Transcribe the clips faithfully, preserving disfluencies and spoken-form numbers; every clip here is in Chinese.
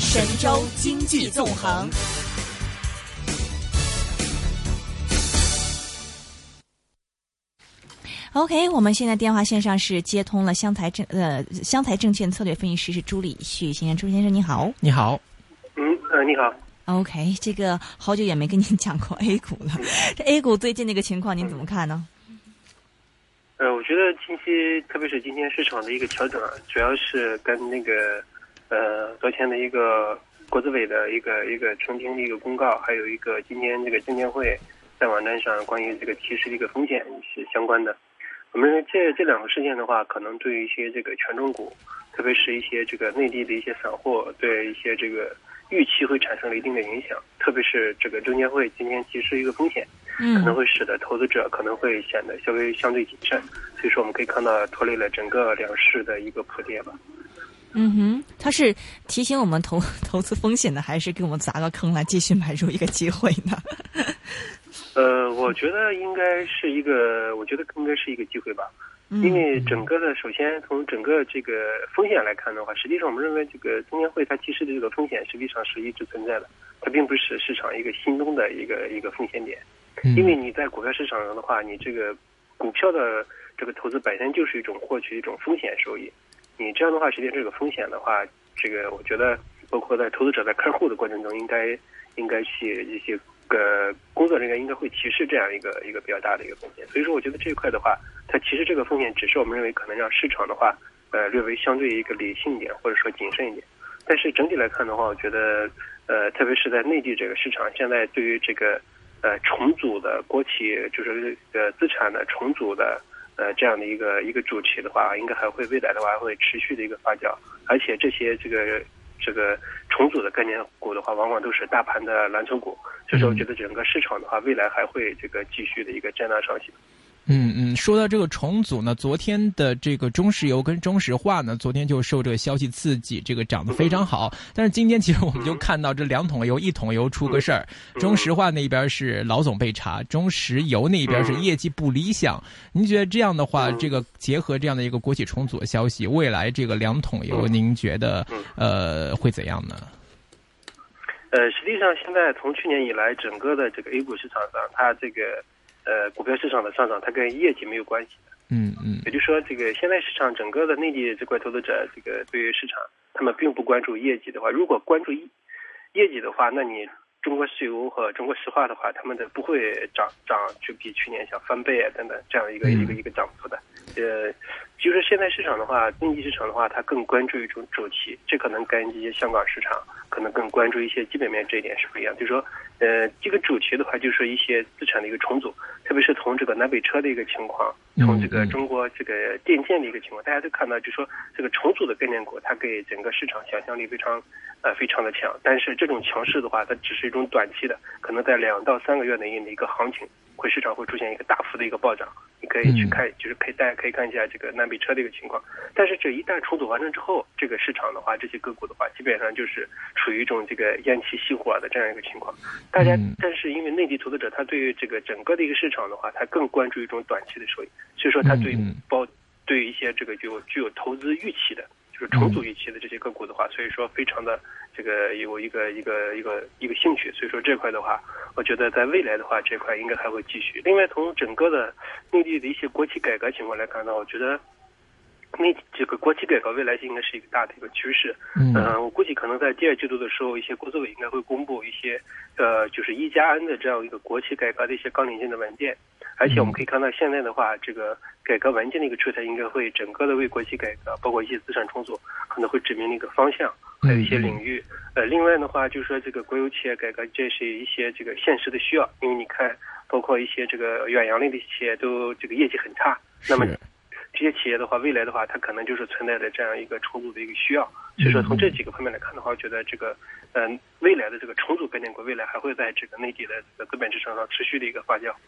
神州经济纵横。OK， 我们现在电话线上是接通了湘财证呃湘财证券策略分析师是朱礼旭先生，朱先生你好。 你好。 嗯呃你好。 OK， 这个好久也没跟您讲过 A 股了，这 A 股最近这个情况您怎么看呢？ 呃，我觉得近期特别是今天市场的一个调整啊，主要是跟那个呃昨天的一个国资委的一个一个澄清的一个公告，还有一个今天这个证监会在网站上关于这个提示的一个风险是相关的。我们认为这这两个事件的话，可能对于一些这个权重股，特别是一些这个内地的一些散户，对一些这个预期会产生了一定的影响。特别是这个证监会今天提示一个风险，可能会使得投资者可能会显得稍微相对谨慎。所以说我们可以看到拖累了整个两市的一个普跌吧。 嗯哼，他是提醒我们投投资风险的，还是给我们砸个坑来继续买入一个机会呢？ 呃，我觉得应该是一个，我觉得应该是一个机会吧。因为整个的，首先从整个这个风险来看的话，实际上我们认为这个证监会它提示的这个风险实际上是一直存在的，它并不是市场一个新增的一个一个风险点。因为你在股票市场上的话，你这个股票的这个投资本身就是一种获取一种风险收益，你这样的话，实际上这个风险的话，这个我觉得包括在投资者在看护的过程中，应该应该去一些个工作人员应该会提示这样一个一个比较大的一个风险。所以说我觉得这一块的话，它其实这个风险只是我们认为可能让市场的话呃略微相对一个理性一点，或者说谨慎一点。但是整体来看的话，我觉得呃特别是在内地这个市场，现在对于这个呃重组的国企，就是呃资产的重组的呃这样的一个一个主题的话，应该还会未来的话会持续的一个发酵。而且这些这个这个重组的概念股的话，往往都是大盘的蓝筹股，所以说我觉得整个市场的话，未来还会这个继续的一个震荡上行。 嗯嗯，说到这个重组呢，昨天的这个中石油跟中石化呢，昨天就受这个消息刺激，这个涨得非常好。但是今天其实我们就看到这两桶油，一桶油出个事儿，中石化那边是老总被查，中石油那边是业绩不理想。您觉得这样的话，这个结合这样的一个国企重组的消息，未来这个两桶油，您觉得呃会怎样呢？ 呃，实际上现在从去年以来，整个的这个 A 股市场上，它这个呃，股票市场的上涨，它跟业绩没有关系的。 嗯嗯。 也就是说，这个现在市场整个的内地这块投资者，这个对于市场，他们并不关注业绩的话，如果关注业绩的话，那你中国石油和中国石化的话，他们的不会涨涨就比去年像翻倍啊等等这样一个、嗯、一个一个涨幅的。呃，就是现在市场的话，内地市场的话，它更关注一种周期，这可能跟这些香港市场可能更关注一些基本面，这一点是不一样。就是说，呃，这个主题的话，就是一些资产的一个重组，特别是从这个南北车的一个情况，从这个中国这个电建的一个情况，大家都看到，就是说这个重组的概念股，它给整个市场想象力非常呃非常的强。但是这种强势的话，它只是一种短期的，可能在两到三个月内的一个行情，会市场会出现一个大幅的一个暴涨。你可以去看，就是可以大家可以看一下这个南北车的一个情况。但是这一旦重组完成之后，这个市场的话，这些个股的话，基本上就是处于一种这个偃旗熄火的这样一个情况。大家，但是因为内地投资者他对于这个整个的一个市场的话，他更关注一种短期的收益，所以说他对包对一些这个具有具有投资预期的，就是重组预期的这些个股的话，所以说非常的这个有一个一个一个一个兴趣。所以说这块的话，我觉得在未来的话，这块应该还会继续。另外，从整个的内地的一些国企改革情况来看呢，我觉得那这个国企改革未来应该是一个大的一个趋势。嗯、呃，我估计可能在第二季度的时候，一些国资委应该会公布一些呃，就是一加 N 的这样一个国企改革的一些纲领性的文件。而且我们可以看到，现在的话，这个改革文件的一个出台，应该会整个的为国企改革，包括一些资产重组，可能会指明了一个方向，还有一些领域。呃，另外的话，就是说这个国有企业改革，这是一些这个现实的需要，因为你看，包括一些这个远洋类的企业都这个业绩很差，那么这些企业的话，未来的话，它可能就是存在着这样一个重组的一个需要。所以说，从这几个方面来看的话，我觉得这个，嗯、呃，未来的这个重组概念股，未来还会在这个内地的这个资本市场上持续的一个发酵。 嗯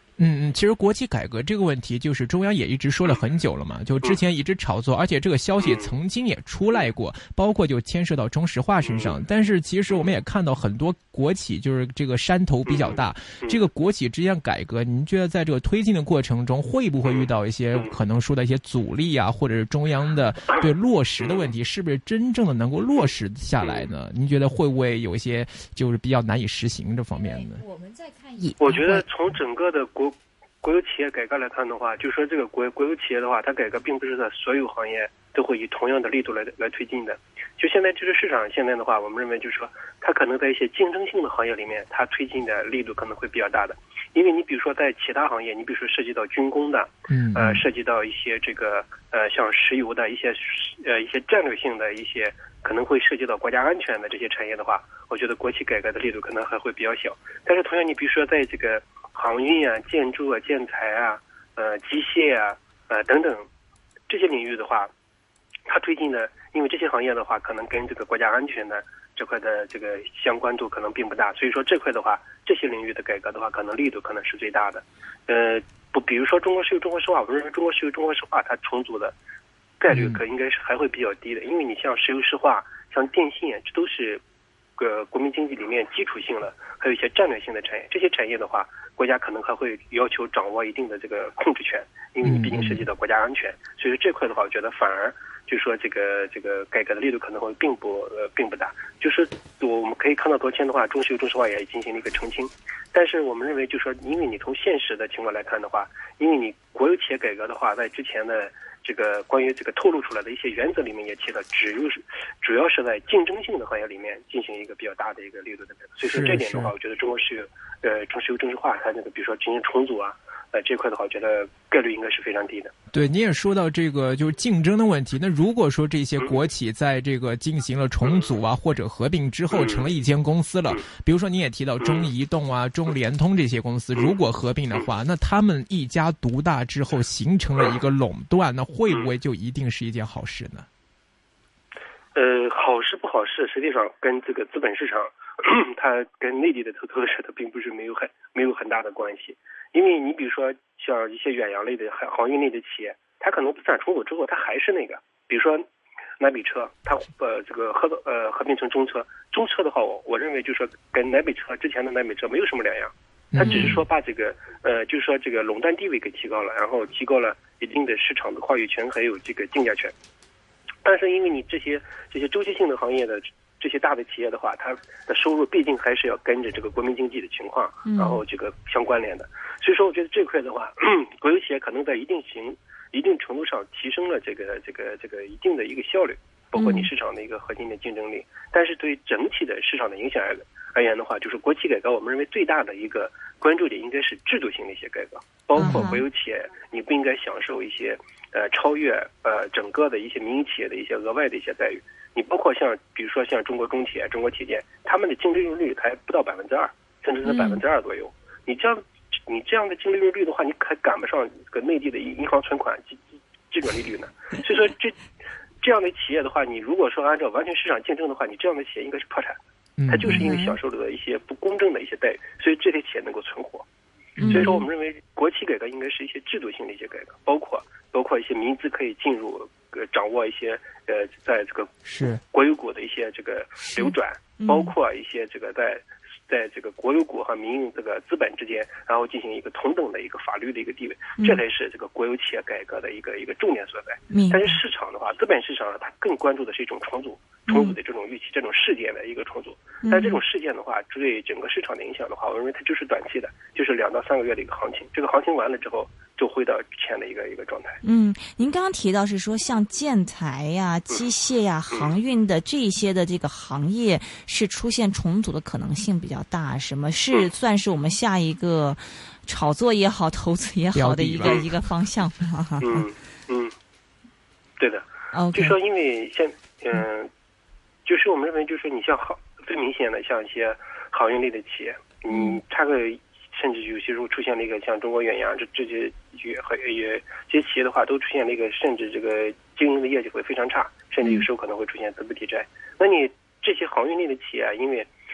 嗯，其实国企改革这个问题，就是中央也一直说了很久了嘛，就之前一直炒作，而且这个消息曾经也出来过，包括就牵涉到中石化身上。但是其实我们也看到很多国企就是这个山头比较大，这个国企之间改革，您觉得在这个推进的过程中，会不会遇到一些可能说的一些阻力啊，或者是中央的对落实的问题，是不是真正的能够落实下来呢？您觉得会不会有一些就是比较难以实行这方面呢？ 我们再看一，我觉得从整个的国国有企业改革来看的话，就说这个国国有企业的话，它改革并不是在所有行业都会以同样的力度来来推进的。就现在这个市场现在的话，我们认为就是说，它可能在一些竞争性的行业里面，它推进的力度可能会比较大的。因为你比如说在其他行业，你比如说涉及到军工的， 嗯， 呃，涉及到一些这个呃像石油的一些呃一些战略性的一些可能会涉及到国家安全的这些产业的话，我觉得国企改革的力度可能还会比较小。但是同样，你比如说在这个航运啊、建筑啊、建材啊、呃机械啊、呃等等这些领域的话，它推进的，因为这些行业的话，可能跟这个国家安全的这块的这个相关度可能并不大，所以说这块的话，这些领域的改革的话，可能力度可能是最大的。呃，不，比如说中国石油、中国石化，我认为中国石油、中国石化它重组的概率可应该是还会比较低的，因为你像石油石化、像电信，这都是个国民经济里面基础性的，还有一些战略性的产业。这些产业的话，国家可能还会要求掌握一定的这个控制权，因为你毕竟涉及到国家安全。所以说这块的话，我觉得反而就是说这个这个改革的力度可能会并不呃并不大。就是我们可以看到昨天的话，中石油、中石化也进行了一个澄清。但是我们认为，就是说，因为你从现实的情况来看的话，因为你国有企业改革的话，在之前的这个关于这个透露出来的一些原则里面也提到，只有是主要是在竞争性的行业里面进行一个比较大的一个力度的改革。所以说这点的话，我觉得中国石油、呃中石油、中石化它那个比如说进行重组啊，呃这块的话，我觉得概率应该是非常低的。 对，你也说到这个就是竞争的问题。那如果说这些国企在这个进行了重组啊，或者合并之后成了一间公司了，比如说你也提到中移动啊、中联通这些公司，如果合并的话，那他们一家独大之后形成了一个垄断，那会不会就一定是一件好事呢？ 呃，好事不好事，实际上跟这个资本市场，它跟内地的投资者它并不是没有很没有很大的关系。因为你比如说像一些远洋类的、航运类的企业，它可能资产重组之后，它还是那个，比如说南北车，它呃这个合呃合并成中车，中车的话，我我认为就是说跟南北车之前的南北车没有什么两样，它只是说把这个呃就是说这个垄断地位给提高了，然后提高了一定的市场的话语权还有这个竞价权。但是因为你这些这些周期性的行业的这些大的企业的话，它的收入毕竟还是要跟着这个国民经济的情况，然后这个相关联的。所以说，我觉得这块的话，国有企业可能在一定型、一定程度上提升了这个这个这个一定的一个效率，包括你市场的一个核心的竞争力。但是对于整体的市场的影响而而言的话，就是国企改革，我们认为最大的一个关注点应该是制度性的一些改革，包括国有企业，你不应该享受一些呃超越呃整个的一些民营企业的一些额外的一些待遇。你包括像比如说像中国中铁、中国铁建，他们的净利润率才不到百分之二，甚至是百分之二左右。你这样你这样的净利润率的话，你还赶不上这个内地的银行存款基基准利率呢。所以说这这样的企业的话，你如果说按照完全市场竞争的话，你这样的企业应该是破产。它就是因为享受了一些不公正的一些待遇，所以这些企业能够存活。所以说，我们认为国企改革应该是一些制度性的一些改革，包括包括一些民资可以进入，呃，掌握一些呃，在这个是国有股的一些这个流转，包括一些这个在在这个国有股和民营这个资本之间，然后进行一个同等的一个法律的一个地位，这才是这个国有企业改革的一个一个重点所在。但是市场的话，资本市场它更关注的是一种重组。重组的这种预期，这种事件的一个重组，但这种事件的话，对整个市场的影响的话，我认为它就是短期的，就是两到三个月的一个行情。这个行情完了之后，就回到之前的一个一个状态。 嗯，您刚刚提到是说，像建材呀、机械呀、航运的这些的这个行业是出现重组的可能性比较大，什么是算是我们下一个炒作也好、投资也好的一个一个方向？ 嗯嗯，对的。 Okay. 就说因为现嗯。就是我们认为，就是你像好最明显的，像一些航运类的企业，嗯，它会甚至有些时候出现了一个像中国远洋这这些也和也这些企业的话，都出现了一个甚至这个经营的业绩会非常差，甚至有时候可能会出现资不抵债。那你这些航运类的企业，因为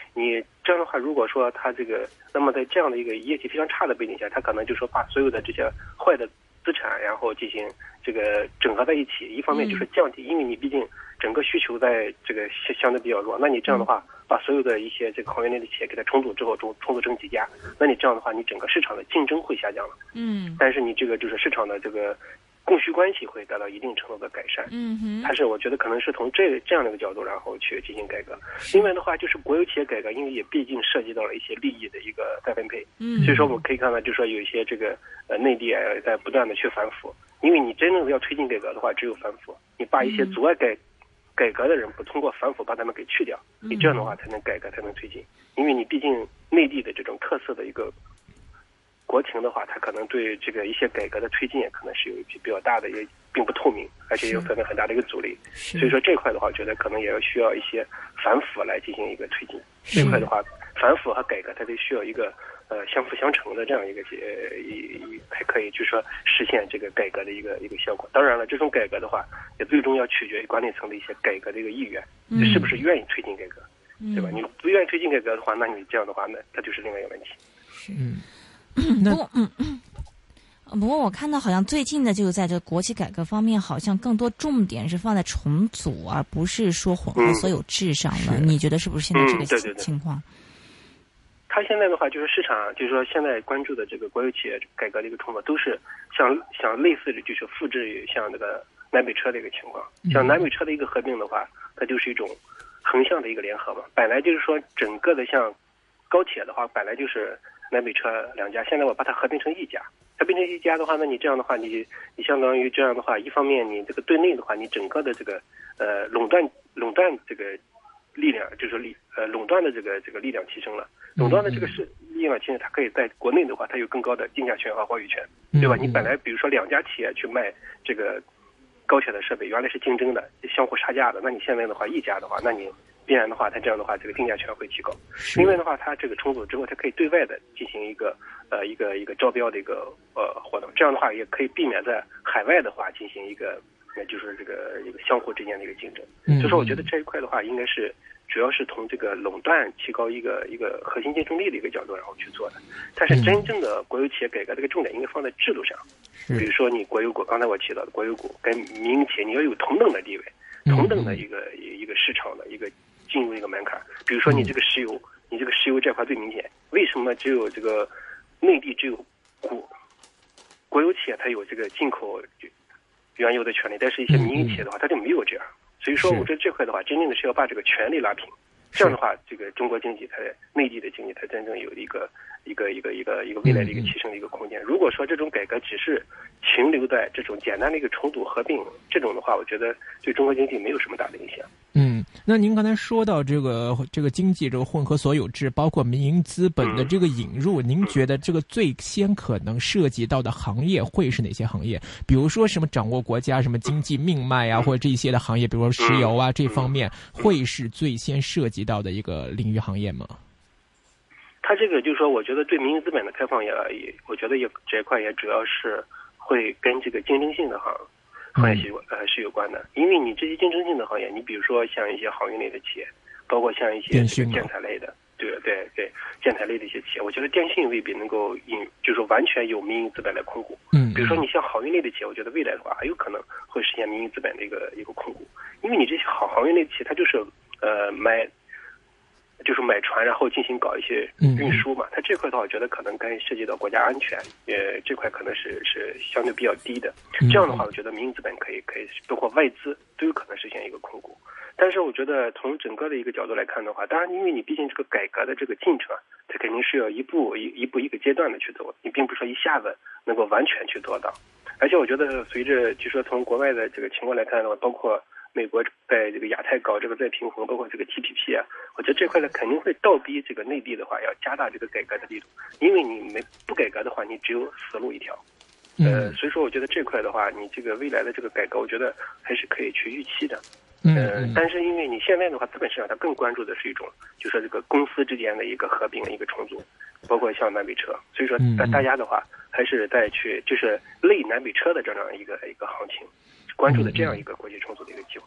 你这样的话，如果说它这个，那么在这样的一个业绩非常差的背景下，它可能就说把所有的这些坏的资产，然后进行这个整合在一起，一方面就是降低，因为你毕竟整个需求在这个相相对比较弱，那你这样的话，把所有的一些这个行业内的企业给它重组之后，重重组成几家，那你这样的话，你整个市场的竞争会下降了。 嗯， 但是你这个就是市场的这个供需关系会得到一定程度的改善。 嗯哼， 它是我觉得可能是从这这样的一个角度，然后去进行改革。另外的话，就是国有企业改革，因为也毕竟涉及到了一些利益的一个再分配， 嗯， 所以说我们可以看到，就是说有一些这个呃内地啊在不断的去反腐，因为你真正要推进改革的话，只有反腐，你把一些阻碍改改革的人不通过反腐把他们给去掉，你这样的话才能改革才能推进，因为你毕竟内地的这种特色的一个国情的话，它可能对这个一些改革的推进也可能是有一比较大的，也并不透明，而且有可能很大的一个阻力。所以说这块的话，我觉得可能也要需要一些反腐来进行一个推进。这块的话，反腐和改革它得需要一个呃相辅相成的这样一个呃一才可以，就是说实现这个改革的一个一个效果。当然了，这种改革的话，也最终要取决于管理层的一些改革的一个意愿， 嗯、 是不是愿意推进改革，嗯、对吧？你不愿意推进改革的话，那你这样的话，那它就是另外一个问题。 是。不过，嗯嗯，不过我看到好像最近的就在这国企改革方面，好像更多重点是放在重组，而不是说混合所有制上了。嗯、你觉得是不是现在这个情、嗯、对对对情况？ 他现在的话，就是市场，就是说现在关注的这个国有企业改革的一个重组，都是像像类似的，就是复制于像这个南北车的一个情况。像南北车的一个合并的话，它就是一种横向的一个联合嘛。本来就是说整个的像高铁的话，本来就是南北车两家，现在我把它合并成一家，合并成一家的话，那你这样的话，你你相当于这样的话，一方面你这个对内的话，你整个的这个呃垄断垄断这个力量，就是力呃垄断的这个这个力量提升了，垄断的这个是力量提升，它可以在国内的话，它有更高的定价权和话语权，对吧？你本来比如说两家企业去卖这个高铁的设备，原来是竞争的，相互杀价的，那你现在的话一家的话，那你必然的话，它这样的话，这个定价权会提高。另外的话，它这个重组之后，它可以对外的进行一个呃一个一个招标的一个呃活动。这样的话，也可以避免在海外的话进行一个呃就是这个一个相互之间的一个竞争。嗯、所以说，我觉得这一块的话，应该是主要是从这个垄断提高一个一个核心竞争力的一个角度，然后去做的。但是真正的国有企业改革这个重点应该放在制度上，比如说你国有股，刚才我提到的国有股跟民营企业，你要有同等的地位，同等的一个一个市场的一个。进入一个门槛，比如说你这个石油，嗯、你这个石油这块最明显。为什么只有这个内地只有国国有企业它有这个进口原油的权利，但是一些民营企业的话，它就没有这样。所以说，我觉得这块的话，真正的是要把这个权利拉平。这样的话，这个中国经济它内地的经济它真正有一个一个一个一个一个未来的一个提升的一个空间。如果说这种改革只是停留在这种简单的一个重组合并这种的话，我觉得对中国经济没有什么大的影响。 嗯，那您刚才说到这个这个经济这个混合所有制，包括民营资本的这个引入，嗯、您觉得这个最先可能涉及到的行业会是哪些行业？比如说什么掌握国家什么经济命脉啊，或者这些的行业，比如说石油啊、嗯、这方面，会是最先涉及到的一个领域行业吗？ 它这个就是说，我觉得对民营资本的开放也，也我觉得也这一块也主要是会跟这个竞争性的行行业是呃是有关的。因为你这些竞争性的行业，你比如说像一些航运类的企业，包括像一些这个建材类的，对对对，建材类的一些企业，我觉得电信未必能够引，就是说完全由民营资本来控股。嗯，比如说你像航运类的企业，我觉得未来的话还有可能会实现民营资本的一个一个控股，因为你这些航航运类的企业，它就是呃买。就是买船，然后进行搞一些运输嘛。它这块的话，我觉得可能跟涉及到国家安全，呃，这块可能是是相对比较低的。这样的话，我觉得民营资本可以可以，包括外资都有可能实现一个控股。但是我觉得从整个的一个角度来看的话，当然，因为你毕竟这个改革的这个进程，它肯定是要一步一一步一个阶段的去走，你并不是说一下子能够完全去做到。而且我觉得，随着就说从国外的这个情况来看的话，包括美国在这个亚太搞这个再平衡，包括这个 T P P 啊，我觉得这块呢肯定会倒逼这个内地的话要加大这个改革的力度，因为你没不改革的话，你只有死路一条。呃，所以说我觉得这块的话，你这个未来的这个改革，我觉得还是可以去预期的。呃，但是因为你现在的话，资本市场它更关注的是一种，就说这个公司之间的一个合并、一个重组，包括像南北车，所以说大家的话还是在去就是类南北车的这样一个一个行情。关注的这样一个国际重组的一个机会。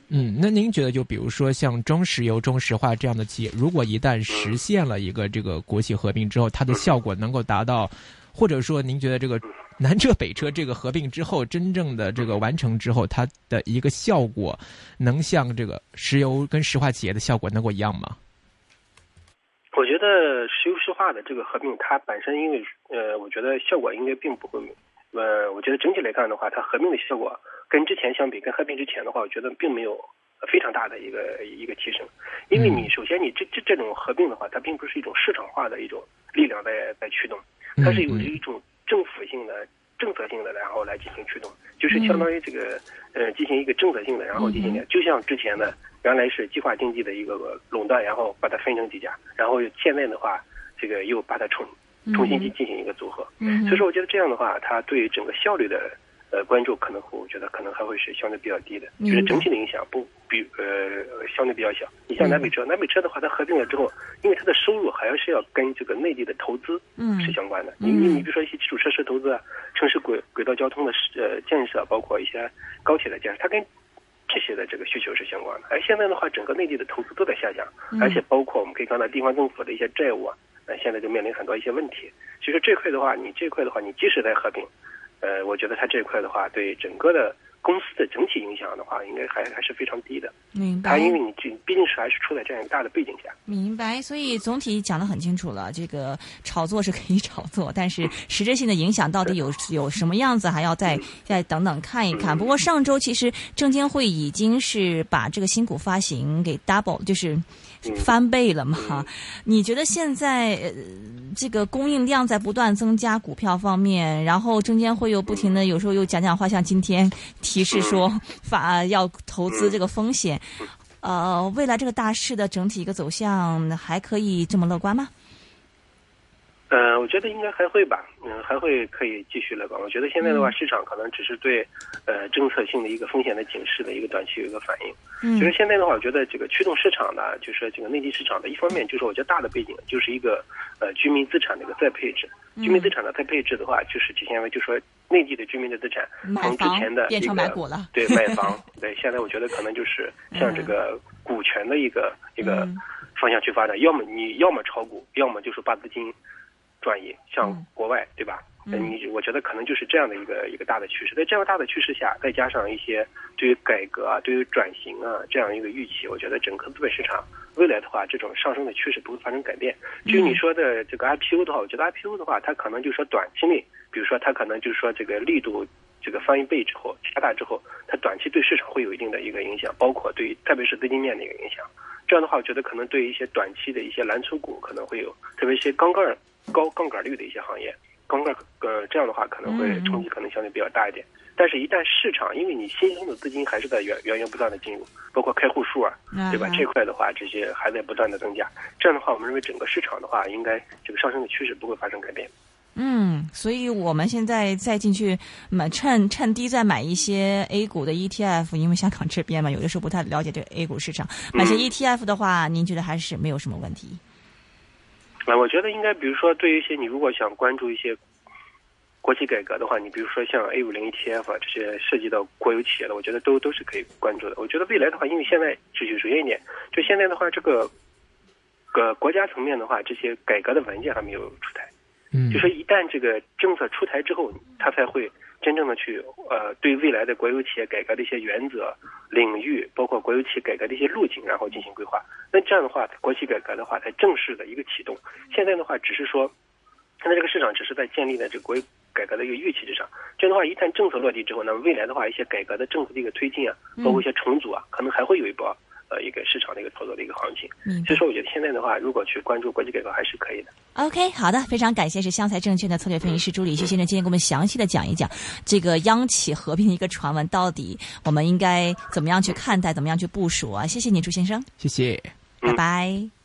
嗯，那您觉得就比如说像中石油、中石化这样的企业，如果一旦实现了一个这个国企合并之后，它的效果能够达到，或者说您觉得这个南车北车这个合并之后，真正的这个完成之后，它的一个效果能像这个石油跟石化企业的效果能够一样吗？ 我觉得石油石化的这个合并，它本身因为呃，我觉得效果应该并不会，呃，我觉得整体来看的话，它合并的效果跟之前相比，跟合并之前的话，我觉得并没有非常大的一个一个提升，因为你首先你这这这种合并的话，它并不是一种市场化的一种力量在在驱动，它是有一种政府性的政策性的，然后来进行驱动，就是相当于这个呃进行一个政策性的，然后进行，就像之前的。原来是计划经济的一个垄断，然后把它分成几家，然后现在的话，这个又把它重重新去进行一个组合。嗯，所以说我觉得这样的话，它对整个效率的呃关注，可能我觉得可能还会是相对比较低的，就是整体的影响不比呃相对比较小。你像南北车，南北车的话，它合并了之后，因为它的收入还是要跟这个内地的投资是相关的。嗯、你你比如说一些基础设施投资啊，城市轨轨道交通的呃建设，包括一些高铁的建设，它跟这些的这个需求是相关的，而现在的话，整个内地的投资都在下降，而且包括我们可以看到地方政府的一些债务啊，呃，现在就面临很多一些问题。其实这块的话，你这块的话，你即使在合并，呃，我觉得它这块的话，对整个的公司的整体影响的话，应该还还是非常低的。 明白。 它因为你这毕竟是还是处在这样一个大的背景下。 明白。所以总体讲得很清楚了，这个炒作是可以炒作，但是实质性的影响到底有有什么样子，还要再再等等看一看。不过上周其实证监会已经是把这个新股发行给 double， 就是翻倍了嘛。嗯、你觉得现在、呃、这个供应量在不断增加，股票方面，然后证监会又不停的有时候又讲讲话，像今天提示说法要投资这个风险。呃，未来这个大势的整体一个走向还可以这么乐观吗？ 呃，我觉得应该还会吧，嗯，还会可以继续乐观。我觉得现在的话，市场可能只是对呃政策性的一个风险的警示的一个短期有一个反应。嗯，就是现在的话，我觉得这个驱动市场的，就是这个内地市场的，一方面就是我觉得大的背景就是一个呃居民资产的一个再配置。居民资产的再配置的话，就是体现为就说内地的居民的资产从之前的变成买股了， 对买房，对，现在我觉得可能就是向这个股权的一个、嗯、一个方向去发展，要么你要么炒股，要么就是把资金转移向国外，嗯、对吧？嗯，你我觉得可能就是这样的一个一个大的趋势。在这样大的趋势下，再加上一些对于改革啊、对于转型啊这样一个预期，我觉得整个资本市场未来的话，这种上升的趋势不会发生改变。至于你说的这个 I P O 的话，我觉得 I P O 的话，它可能就是说短期内，比如说它可能就是说这个力度这个翻一倍之后加大之后，它短期对市场会有一定的一个影响，包括对特别是资金面的一个影响。这样的话，我觉得可能对一些短期的一些蓝筹股可能会有，特别一些杠杆高杠杆率的一些行业。杠杆呃这样的话可能会冲击可能相对比较大一点，嗯、但是一旦市场因为你新生的资金还是在源源源不断的进入，包括开户数啊，嗯、对吧？这块的话这些还在不断的增加，这样的话我们认为整个市场的话应该这个上升的趋势不会发生改变。 嗯，所以我们现在再进去买趁趁低再买一些 A 股的 E T F， 因为香港这边嘛，有的时候不太了解这个 A 股市场，买些 E T F 的话，嗯、您觉得还是没有什么问题？ 啊，我觉得应该，比如说，对于一些你如果想关注一些国企改革的话，你比如说像 A 五十 E T F 啊这些涉及到国有企业的，我觉得都都是可以关注的。我觉得未来的话，因为现在只是首先一点，就现在的话，这个个国家层面的话，这些改革的文件还没有出台。嗯，就说一旦这个政策出台之后，它才会真正的去呃对未来的国有企业改革的一些原则、领域，包括国有企业改革的一些路径，然后进行规划。那这样的话，国企改革的话才正式的一个启动。现在的话，只是说现在这个市场只是在建立在这个国有改革的一个预期之上。这样的话，一旦政策落地之后，那么未来的话，一些改革的政策的一个推进啊，包括一些重组啊，可能还会有一波呃一个市场的一个操作的一个行情。嗯，所以说我觉得现在的话，如果去关注国际改革还是可以的。 OK， 好的，非常感谢是湘财证券的策略分析师朱理旭先生，今天给我们详细的讲一讲这个央企合并一个传闻，到底我们应该怎么样去看待，怎么样去部署啊？谢谢你，朱先生， 谢谢， 拜拜。